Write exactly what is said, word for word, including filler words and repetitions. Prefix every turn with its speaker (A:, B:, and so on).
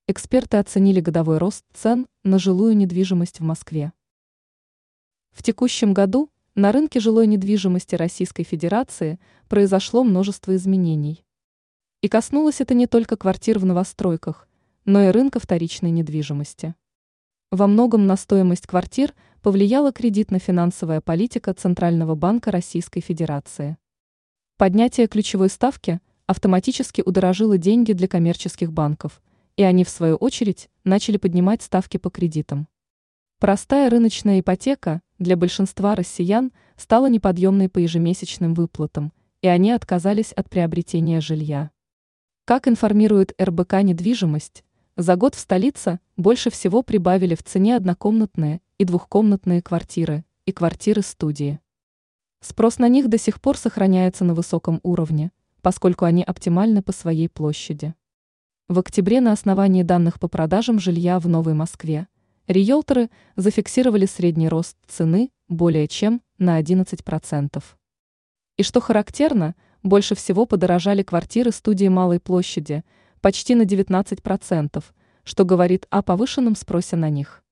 A: Эксперты оценили годовой рост цен на жилую недвижимость в Москве. В текущем году на рынке жилой недвижимости Российской Федерации произошло множество изменений. И коснулось это не только квартир в новостройках, но и рынка вторичной недвижимости. Во многом на стоимость квартир повлияла кредитно-финансовая политика Центрального банка Российской Федерации. Поднятие ключевой ставки автоматически удорожило деньги для коммерческих банков, и они, в свою очередь, начали поднимать ставки по кредитам. Простая рыночная ипотека для большинства россиян стала неподъемной по ежемесячным выплатам, и они отказались от приобретения жилья. Как информирует эр бэ ка «Недвижимость», за год в столице больше всего прибавили в цене однокомнатные и двухкомнатные квартиры и квартиры-студии. Спрос на них до сих пор сохраняется на высоком уровне, поскольку они оптимальны по своей площади. В октябре на основании данных по продажам жилья в Новой Москве риэлторы зафиксировали средний рост цены более чем на одиннадцать процентов. И что характерно, больше всего подорожали квартиры студии малой площади, почти на девятнадцать процентов, что говорит о повышенном спросе на них.